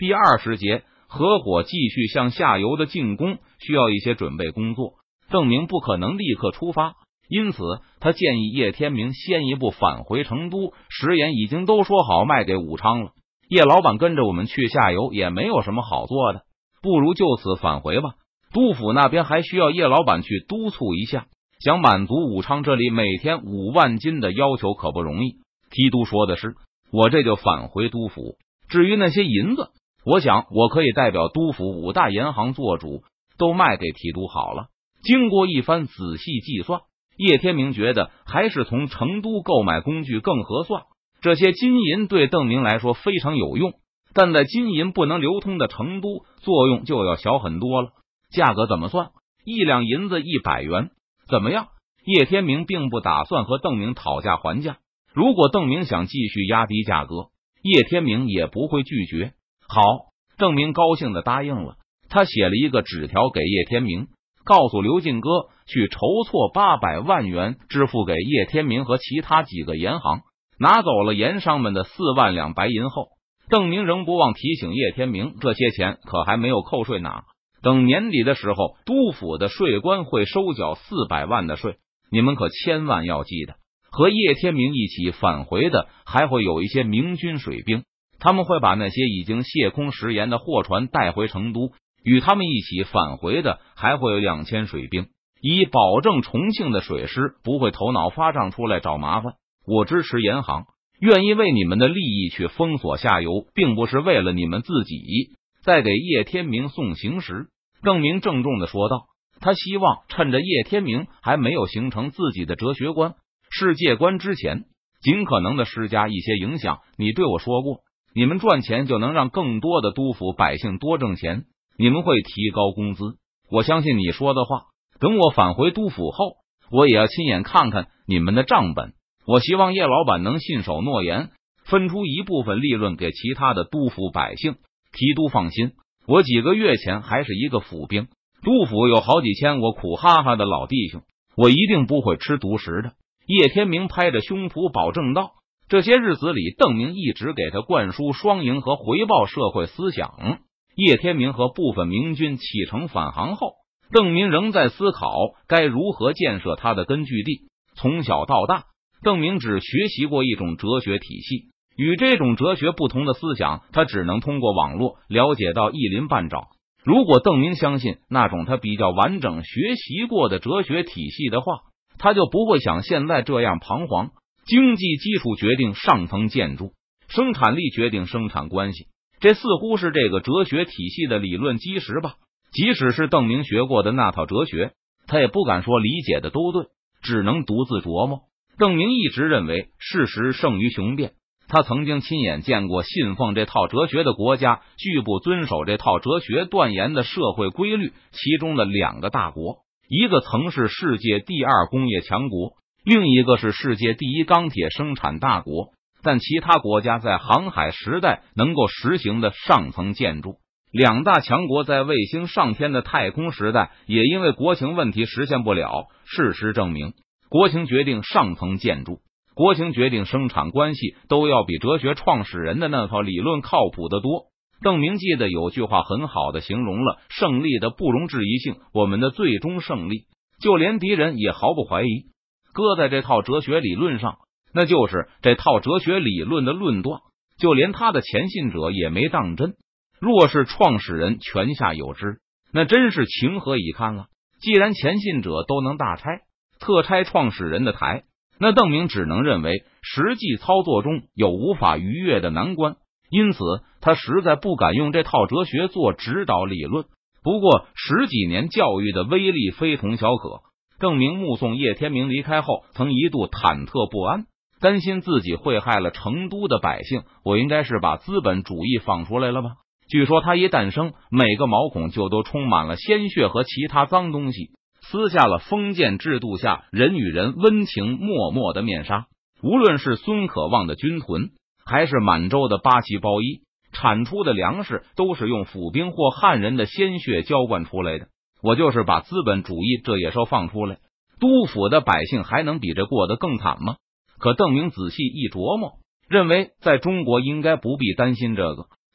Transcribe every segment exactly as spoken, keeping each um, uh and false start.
第二十节，合伙继续向下游的进攻，需要一些准备工作。邓明不可能立刻出发，因此他建议叶天明先一步返回成都。食盐已经都说好卖给武昌了，叶老板跟着我们去下游也没有什么好做的，不如就此返回吧。督府那边还需要叶老板去督促一下，想满足武昌这里每天五万斤的要求可不容易。提督说的是，我这就返回督府。至于那些银子，我想我可以代表督府五大银行做主，都卖给提督好了。经过一番仔细计算，叶天明觉得还是从成都购买工具更合算。这些金银对邓明来说非常有用，但在金银不能流通的成都，作用就要小很多了。价格怎么算？一两银子一百元，怎么样？叶天明并不打算和邓明讨价还价，如果邓明想继续压低价格，叶天明也不会拒绝。好，邓明高兴的答应了。他写了一个纸条给叶天明，告诉刘进哥去筹措八百万元支付给叶天明和其他几个盐行。拿走了盐商们的四万两白银后，邓明仍不忘提醒叶天明，这些钱可还没有扣税拿，等年底的时候，督府的税关会收缴四百万的税，你们可千万要记得。和叶天明一起返回的还会有一些明军水兵，他们会把那些已经卸空食盐的货船带回成都。与他们一起返回的还会有两千水兵，以保证重庆的水师不会头脑发胀出来找麻烦。我支持盐行，愿意为你们的利益去封锁下游，并不是为了你们自己。在给叶天明送行时，邓明郑重的说道，他希望趁着叶天明还没有形成自己的哲学观、世界观之前，尽可能的施加一些影响。你对我说过，你们赚钱就能让更多的督府百姓多挣钱，你们会提高工资。我相信你说的话，等我返回督府后，我也要亲眼看看你们的账本。我希望叶老板能信守诺言，分出一部分利润给其他的督府百姓。提督放心，我几个月前还是一个府兵，督府有好几千我苦哈哈的老弟兄，我一定不会吃独食的。叶天明拍着胸脯保证道。这些日子里，邓明一直给他灌输双赢和回报社会思想。叶天明和部分明军启程返航后，邓明仍在思考该如何建设他的根据地。从小到大，邓明只学习过一种哲学体系，与这种哲学不同的思想，他只能通过网络了解到一鳞半爪。如果邓明相信那种他比较完整学习过的哲学体系的话，他就不会像现在这样彷徨。经济基础决定上层建筑，生产力决定生产关系，这似乎是这个哲学体系的理论基石吧。即使是邓明学过的那套哲学，他也不敢说理解的都对，只能独自琢磨。邓明一直认为事实胜于雄辩，他曾经亲眼见过信奉这套哲学的国家拒不遵守这套哲学断言的社会规律，其中的两个大国，一个曾是世界第二工业强国，另一个是世界第一钢铁生产大国，但其他国家在航海时代能够实行的上层建筑，两大强国在卫星上天的太空时代也因为国情问题实现不了。事实证明，国情决定上层建筑，国情决定生产关系，都要比哲学创始人的那套理论靠谱得多。邓明记得有句话很好的形容了胜利的不容置疑性，我们的最终胜利，就连敌人也毫不怀疑。搁在这套哲学理论上，那就是这套哲学理论的论断，就连他的前信者也没当真。若是创始人泉下有知，那真是情何以堪了。既然前信者都能大拆特拆创始人的台，那邓明只能认为实际操作中有无法逾越的难关，因此他实在不敢用这套哲学做指导理论。不过十几年教育的威力非同小可，邓明目送叶天明离开后，曾一度忐忑不安，担心自己会害了成都的百姓。我应该是把资本主义放出来了吧？据说他一诞生，每个毛孔就都充满了鲜血和其他脏东西，撕下了封建制度下人与人温情脉脉的面纱。无论是孙可望的军屯，还是满洲的八旗包衣，产出的粮食都是用府兵或汉人的鲜血浇灌出来的。我就是把资本主义这野兽放出来，督府的百姓还能比这过得更惨吗？可邓明仔细一琢磨，认为在中国应该不必担心这个。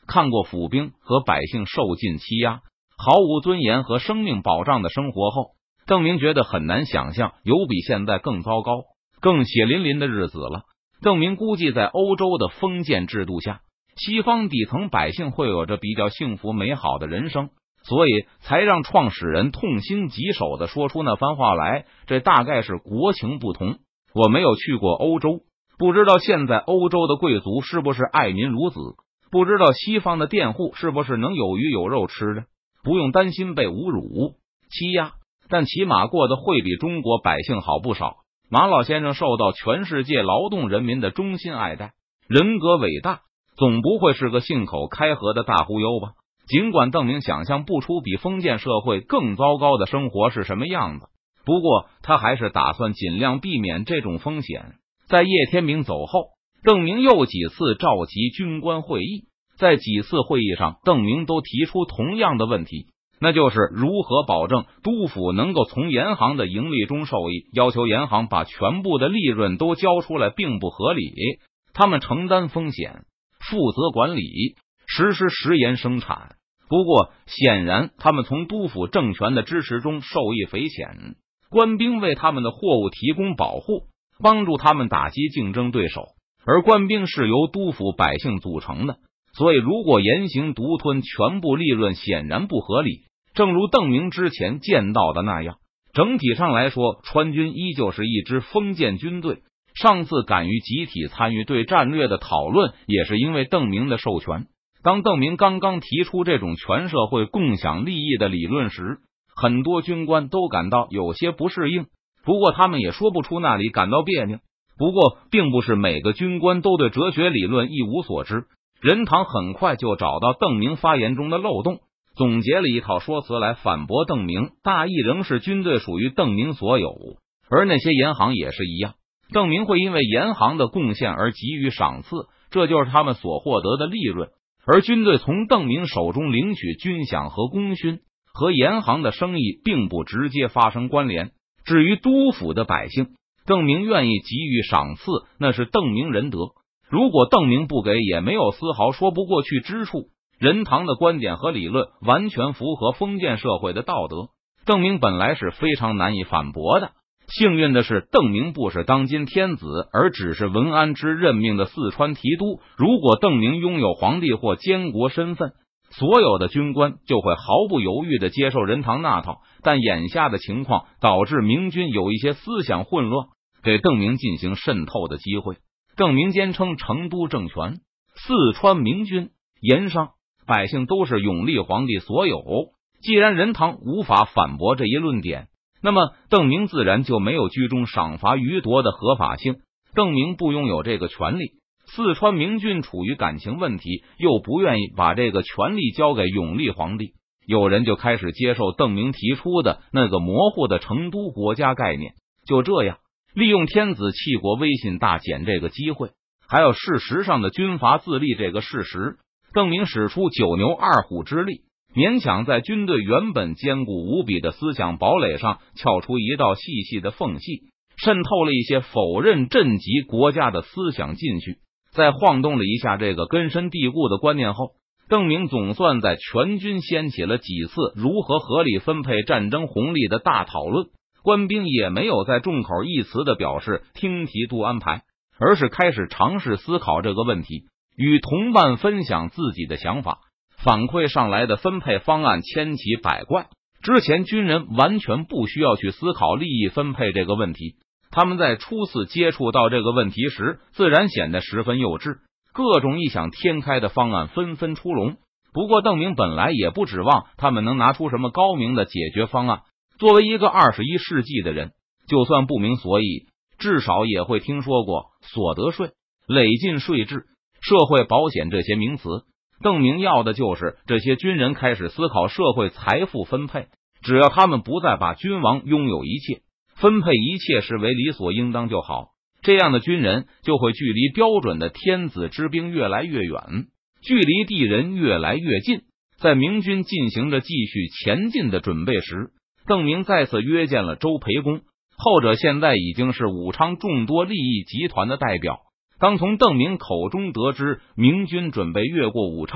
看过府兵和百姓受尽欺压、毫无尊严和生命保障的生活后，邓明觉得很难想象有比现在更糟糕、更血淋淋的日子了。邓明估计在欧洲的封建制度下，西方底层百姓会有着比较幸福美好的人生，所以才让创始人痛心疾首的说出那番话来。这大概是国情不同。我没有去过欧洲，不知道现在欧洲的贵族是不是爱民如子，不知道西方的佃户是不是能有鱼有肉吃的，不用担心被侮辱欺压，但起码过得会比中国百姓好不少。马老先生受到全世界劳动人民的衷心爱戴，人格伟大，总不会是个信口开河的大忽悠吧？尽管邓明想象不出比封建社会更糟糕的生活是什么样子，不过他还是打算尽量避免这种风险。在叶天明走后，邓明又几次召集军官会议，在几次会议上，邓明都提出同样的问题，那就是如何保证督府能够从盐行的盈利中受益。要求盐行把全部的利润都交出来并不合理，他们承担风险，负责管理，实施食盐生产。不过显然他们从督府政权的支持中受益匪浅，官兵为他们的货物提供保护，帮助他们打击竞争对手，而官兵是由督府百姓组成的，所以如果严刑独吞全部利润显然不合理。正如邓明之前见到的那样，整体上来说，川军依旧是一支封建军队。上次敢于集体参与对战略的讨论，也是因为邓明的授权。当邓明刚刚提出这种全社会共享利益的理论时，很多军官都感到有些不适应，不过他们也说不出那里感到别扭。不过并不是每个军官都对哲学理论一无所知，任堂很快就找到邓明发言中的漏洞，总结了一套说辞来反驳邓明。大意仍是军队属于邓明所有，而那些盐行也是一样，邓明会因为盐行的贡献而给予赏赐，这就是他们所获得的利润。而军队从邓明手中领取军饷和功勋，和盐行的生意并不直接发生关联。至于督府的百姓，邓明愿意给予赏赐，那是邓明仁德，如果邓明不给，也没有丝毫说不过去之处。任堂的观点和理论完全符合封建社会的道德，邓明本来是非常难以反驳的。幸运的是，邓明不是当今天子，而只是文安之任命的四川提督。如果邓明拥有皇帝或监国身份，所有的军官就会毫不犹豫的接受任堂那套。但眼下的情况导致明军有一些思想混乱，给邓明进行渗透的机会。邓明坚称成都政权、四川明军、盐商、百姓都是永历皇帝所有。既然任堂无法反驳这一论点，那么邓明自然就没有居中赏罚予夺的合法性。邓明不拥有这个权利，四川明军处于感情问题，又不愿意把这个权力交给永历皇帝，有人就开始接受邓明提出的那个模糊的成都国家概念。就这样，利用天子弃国威信大减这个机会，还有事实上的军阀自立这个事实，邓明使出九牛二虎之力，勉强在军队原本坚固无比的思想堡垒上撬出一道细细的缝隙，渗透了一些否认震及国家的思想进去。在晃动了一下这个根深蒂固的观念后，邓明总算在全军掀起了几次如何合理分配战争红利的大讨论。官兵也没有在众口一词的表示听提督安排，而是开始尝试思考这个问题，与同伴分享自己的想法。反馈上来的分配方案千奇百怪，之前军人完全不需要去思考利益分配这个问题，他们在初次接触到这个问题时，自然显得十分幼稚，各种异想天开的方案纷纷出笼。不过邓明本来也不指望他们能拿出什么高明的解决方案，作为一个二十一世纪的人，就算不明所以，至少也会听说过所得税、累进税制、社会保险这些名词。邓明要的就是这些军人开始思考社会财富分配，只要他们不再把君王拥有一切，分配一切视为理所应当就好，这样的军人就会距离标准的天子之兵越来越远，距离地人越来越近。在明军进行着继续前进的准备时，邓明再次约见了周培公，后者现在已经是武昌众多利益集团的代表。当从邓明口中得知明军准备越过武昌，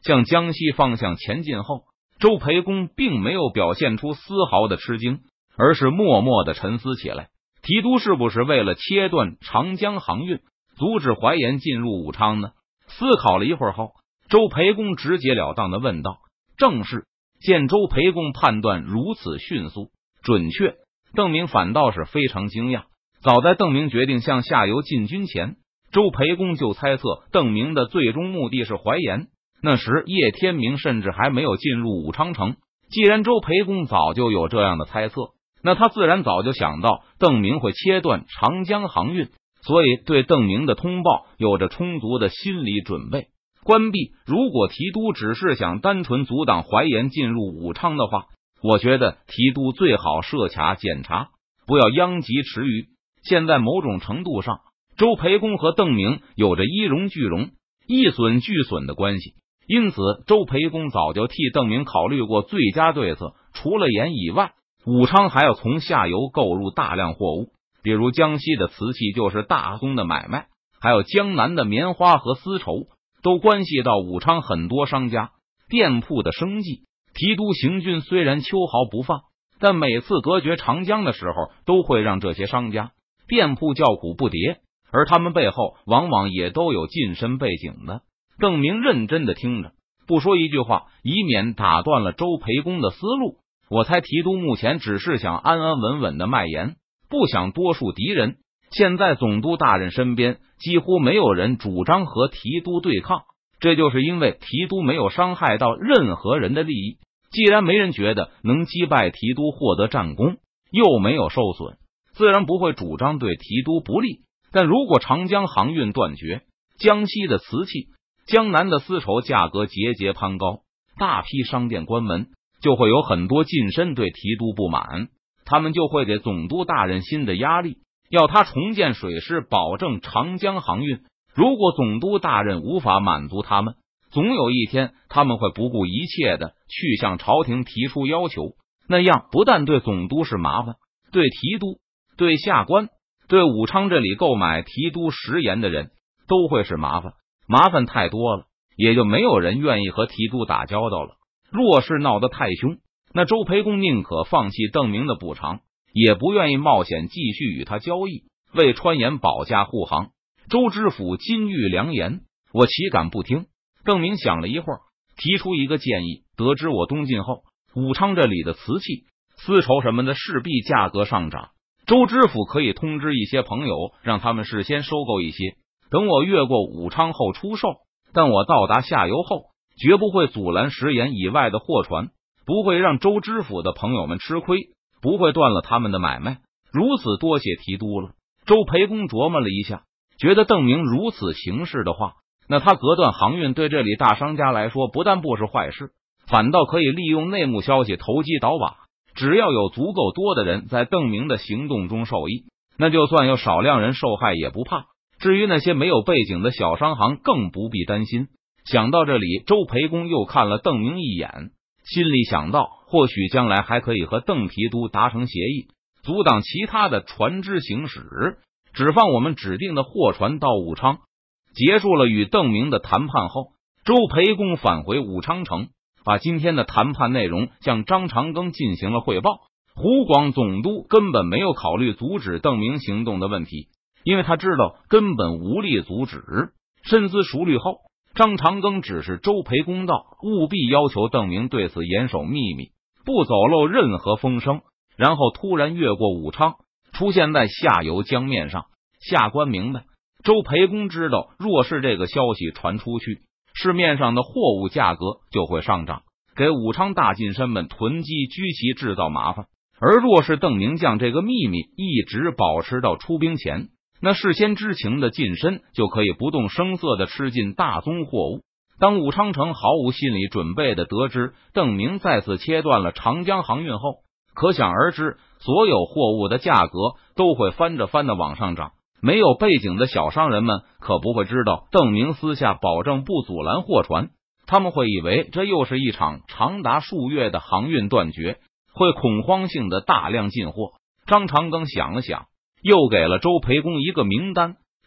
向江西方向前进后，周培公并没有表现出丝毫的吃惊，而是默默的沉思起来。提督是不是为了切断长江航运，阻止怀岩进入武昌呢？思考了一会儿后，周培公直截了当的问道。正是。见周培公判断如此迅速准确，邓明反倒是非常惊讶。早在邓明决定向下游进军前，周培公就猜测邓明的最终目的是怀岩。那时叶天明甚至还没有进入武昌城。既然周培公早就有这样的猜测，那他自然早就想到邓明会切断长江航运，所以对邓明的通报有着充足的心理准备。关闭，如果提督只是想单纯阻挡怀岩进入武昌的话，我觉得提督最好设卡检查，不要殃及池鱼。现在某种程度上，周培公和邓明有着一荣俱荣、一损俱损的关系，因此周培公早就替邓明考虑过最佳对策。除了盐以外，武昌还要从下游购入大量货物，比如江西的瓷器就是大宗的买卖，还有江南的棉花和丝绸，都关系到武昌很多商家店铺的生计。提督行军虽然秋毫不放，但每次隔绝长江的时候，都会让这些商家店铺叫苦不迭，而他们背后往往也都有近身背景的。邓明认真的听着，不说一句话，以免打断了周培公的思路。我猜提督目前只是想安安稳稳的卖盐，不想多数敌人。现在总督大人身边几乎没有人主张和提督对抗，这就是因为提督没有伤害到任何人的利益。既然没人觉得能击败提督获得战功，又没有受损，自然不会主张对提督不利。但如果长江航运断绝，江西的瓷器、江南的丝绸价格节节攀高，大批商店关门，就会有很多近身对提督不满，他们就会给总督大人新的压力，要他重建水师，保证长江航运。如果总督大人无法满足他们，总有一天他们会不顾一切的去向朝廷提出要求，那样不但对总督是麻烦，对提督、对下官、对武昌这里购买提督食盐的人都会是麻烦。麻烦太多了，也就没有人愿意和提督打交道了。若是闹得太凶，那周培公宁可放弃邓明的补偿，也不愿意冒险继续与他交易，为川盐保驾护航。周知府金玉良言，我岂敢不听？邓明想了一会儿，提出一个建议。得知我东进后，武昌这里的瓷器、丝绸什么的势必价格上涨，周知府可以通知一些朋友，让他们事先收购一些，等我越过武昌后出售。但我到达下游后，绝不会阻拦食盐以外的货船，不会让周知府的朋友们吃亏，不会断了他们的买卖。如此多谢提督了。周培公琢磨了一下，觉得邓明如此行事的话，那他隔断航运对这里大商家来说不但不是坏事，反倒可以利用内幕消息投机倒把。只要有足够多的人在邓明的行动中受益，那就算有少量人受害也不怕。至于那些没有背景的小商行，更不必担心。想到这里，周培公又看了邓明一眼，心里想到，或许将来还可以和邓提督达成协议，阻挡其他的船只行驶，只放我们指定的货船到武昌。结束了与邓明的谈判后，周培公返回武昌城，把今天的谈判内容向张长庚进行了汇报。湖广总督根本没有考虑阻止邓明行动的问题，因为他知道根本无力阻止。深思熟虑后，张长庚指示周培公道，务必要求邓明对此严守秘密，不走漏任何风声。然后突然越过武昌，出现在下游江面上。下官明白。周培公知道，若是这个消息传出去，市面上的货物价格就会上涨，给武昌大近身们囤积居奇制造麻烦。而若是邓明将这个秘密一直保持到出兵前，那事先知情的近身就可以不动声色的吃进大宗货物。当武昌城毫无心理准备的得知邓明再次切断了长江航运后，可想而知，所有货物的价格都会翻着翻的往上涨。没有背景的小商人们可不会知道邓明私下保证不阻拦货船，他们会以为这又是一场长达数月的航运断绝，会恐慌性的大量进货。张长庚想了想，又给了周培公一个名单，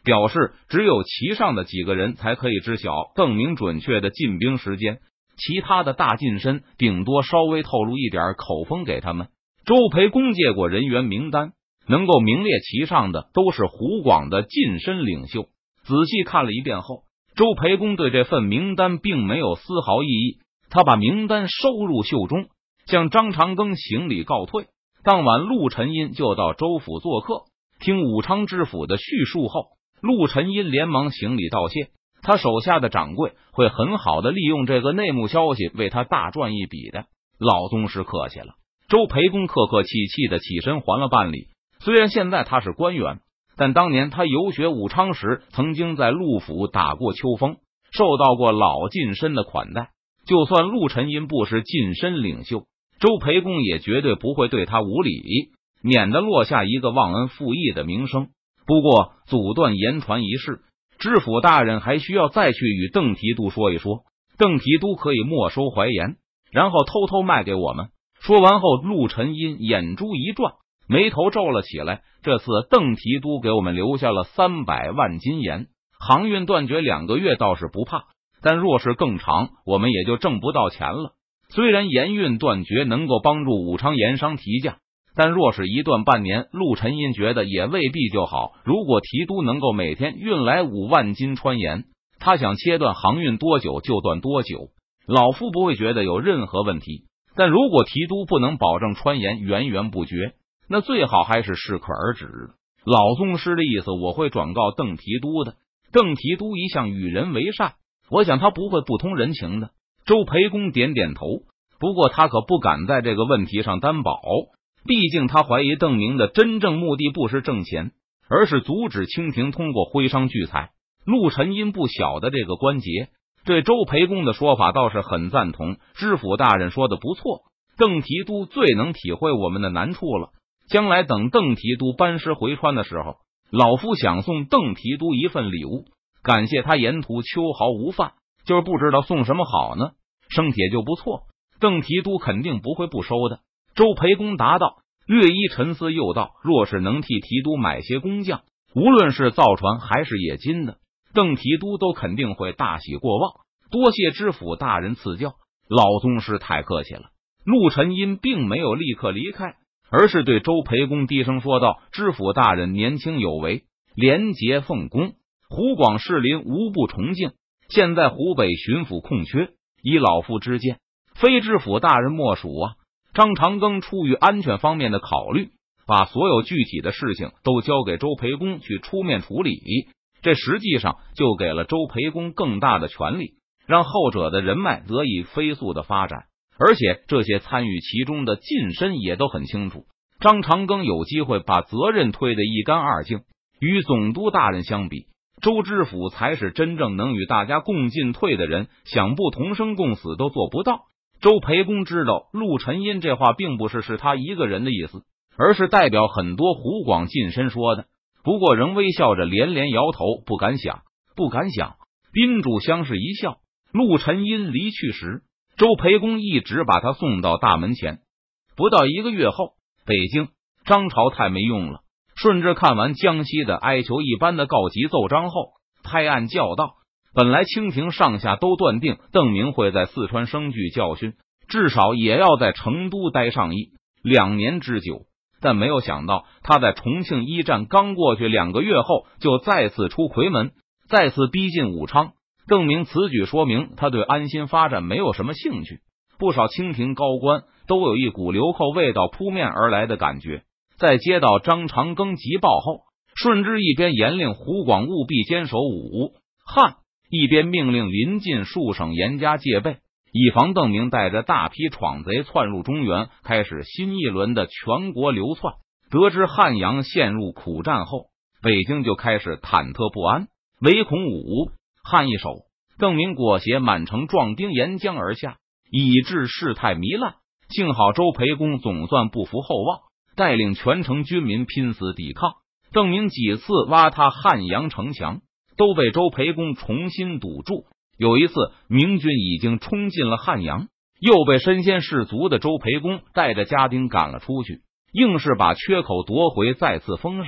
表示只有其上的几个人才可以知晓邓明准确的进兵时间，其他的大近身顶多稍微透露一点口风给他们。周培公借过人员名单，能够名列其上的都是湖广的近身领袖。仔细看了一遍后，周培公对这份名单并没有丝毫异议，他把名单收入袖中，向张长庚行礼告退。当晚陆沉荫就到周府做客，听武昌知府的叙述后，陆沉荫连忙行礼道谢。他手下的掌柜会很好的利用这个内幕消息为他大赚一笔的。老宗师客气了。周培公客客气气的起身还了半礼。虽然现在他是官员，但当年他游学武昌时，曾经在陆府打过秋风，受到过老近身的款待。就算陆沉荫不是近身领袖，周培公也绝对不会对他无礼，免得落下一个忘恩负义的名声。不过阻断言传一事，知府大人还需要再去与邓提督说一说，邓提督可以没收怀言，然后偷偷卖给我们。说完后，陆沉荫眼珠一转，眉头皱了起来。这次邓提督给我们留下了三百万金盐，航运断绝两个月倒是不怕，但若是更长，我们也就挣不到钱了。虽然盐运断绝能够帮助武昌盐商提价，但若是一断半年，陆沉荫觉得也未必就好。如果提督能够每天运来五万斤川盐，他想切断航运多久就断多久，老夫不会觉得有任何问题。但如果提督不能保证川盐源源不绝，那最好还是适可而止。老宗师的意思我会转告邓提督的。邓提督一向与人为善，我想他不会不通人情的。周培公点点头，不过他可不敢在这个问题上担保，毕竟他怀疑邓明的真正目的不是挣钱，而是阻止清廷通过徽商聚财。陆沉荫不晓得这个关节，对周培公的说法倒是很赞同。知府大人说的不错，邓提督最能体会我们的难处了。将来等邓提督班师回川的时候，老夫想送邓提督一份礼物，感谢他沿途秋毫无犯，就是不知道送什么好呢。生铁就不错，邓提督肯定不会不收的。周培公答道。略一沉思又道，若是能替提督买些工匠，无论是造船还是冶金的，邓提督都肯定会大喜过望。多谢知府大人赐教，老宗师太客气了。陆沉荫并没有立刻离开，而是对周培公低声说道，知府大人年轻有为，廉洁奉公，湖广士林无不崇敬。现在湖北巡抚空缺，以老夫之见，非知府大人莫属啊。张长庚出于安全方面的考虑，把所有具体的事情都交给周培公去出面处理，这实际上就给了周培公更大的权力，让后者的人脉得以飞速的发展。而且这些参与其中的近身也都很清楚，张长庚有机会把责任推得一干二净。与总督大人相比，周知府才是真正能与大家共进退的人，想不同生共死都做不到。周培公知道陆沉荫这话并不是是他一个人的意思，而是代表很多湖广近身说的，不过仍微笑着连连摇头，不敢想不敢想。宾主相视一笑。陆沉荫离去时，周培公一直把他送到大门前。不到一个月后，北京张朝太没用了。顺治看完江西的哀求一般的告急奏章后，拍案叫道，本来清廷上下都断定邓明会在四川生具教训，至少也要在成都待上一两年之久，但没有想到他在重庆一战刚过去两个月后，就再次出夔门，再次逼近武昌。邓明此举说明他对安心发展没有什么兴趣，不少清廷高官都有一股流寇味道扑面而来的感觉。在接到张长庚急报后，顺治一边严令湖广务必坚守武汉，一边命令临近数省严加戒备，以防邓明带着大批闯贼窜入中原，开始新一轮的全国流窜。得知汉阳陷入苦战后，北京就开始忐忑不安，唯恐武汉一手，邓明裹挟满城壮丁沿江而下，以致事态糜烂。幸好周培公总算不负厚望，带领全城军民拼死抵抗。邓明几次挖塌汉阳城墙，都被周培公重新堵住。有一次明军已经冲进了汉阳，又被身先士卒的周培公带着家丁赶了出去，硬是把缺口夺回，再次封上。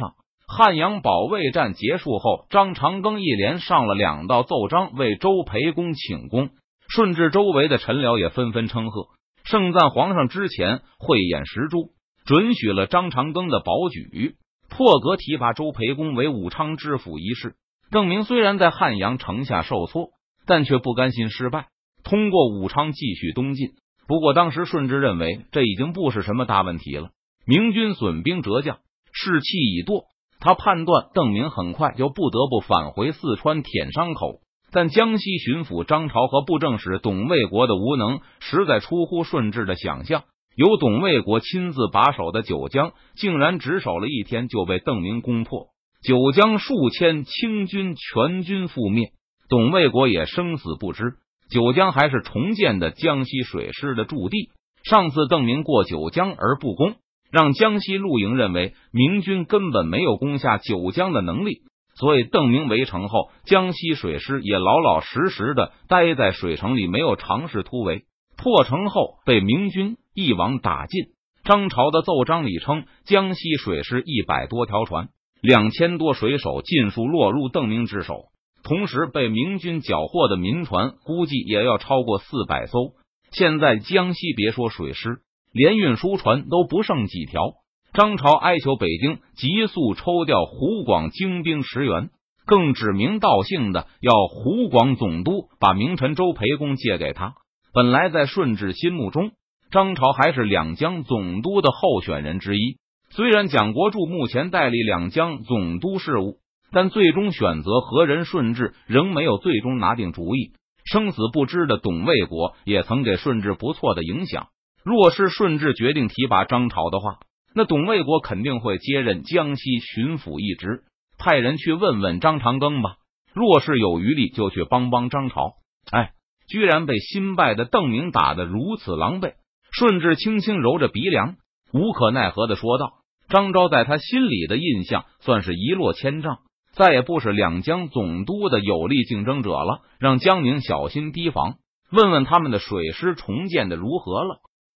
汉阳保卫战结束后，张长庚一连上了两道奏章，为周培公请功。顺治周围的臣僚也纷纷称贺，盛赞皇上之前慧眼识珠，准许了张长庚的保举，破格提拔周培公为武昌知府一事。邓明虽然在汉阳城下受挫，但却不甘心失败，通过武昌继续东进。不过当时顺治认为这已经不是什么大问题了，明军损兵折将，士气已堕，他判断邓明很快就不得不返回四川舔伤口。但江西巡抚张朝和布政使董卫国的无能实在出乎顺治的想象，由董卫国亲自把守的九江竟然只守了一天就被邓明攻破，九江数千清军全军覆灭，董卫国也生死不知。九江还是重建的江西水师的驻地，上次邓明过九江而不攻，让江西陆营认为明军根本没有攻下九江的能力，所以邓明围城后，江西水师也老老实实的待在水城里，没有尝试突围。破城后被明军一网打尽。张朝的奏章里称，江西水师一百多条船，两千多水手尽数落入邓明之手，同时被明军缴获的民船估计也要超过四百艘。现在江西别说水师，连运输船都不剩几条。张朝哀求北京急速抽调湖广精兵十员，更指名道姓的要湖广总督把名臣周培公借给他。本来在顺治心目中，张朝还是两江总督的候选人之一，虽然蒋国柱目前代理两江总督事务，但最终选择何人，顺治仍没有最终拿定主意。生死不知的董卫国也曾给顺治不错的影响，若是顺治决定提拔张朝的话，那董卫国肯定会接任江西巡抚一职，派人去问问张长庚吧。若是有余力，就去帮帮张朝。哎，居然被新败的邓明打得如此狼狈。顺治轻轻揉着鼻梁，无可奈何的说道：张昭在他心里的印象算是一落千丈，再也不是两江总督的有力竞争者了，让江宁小心提防，问问他们的水师重建的如何了。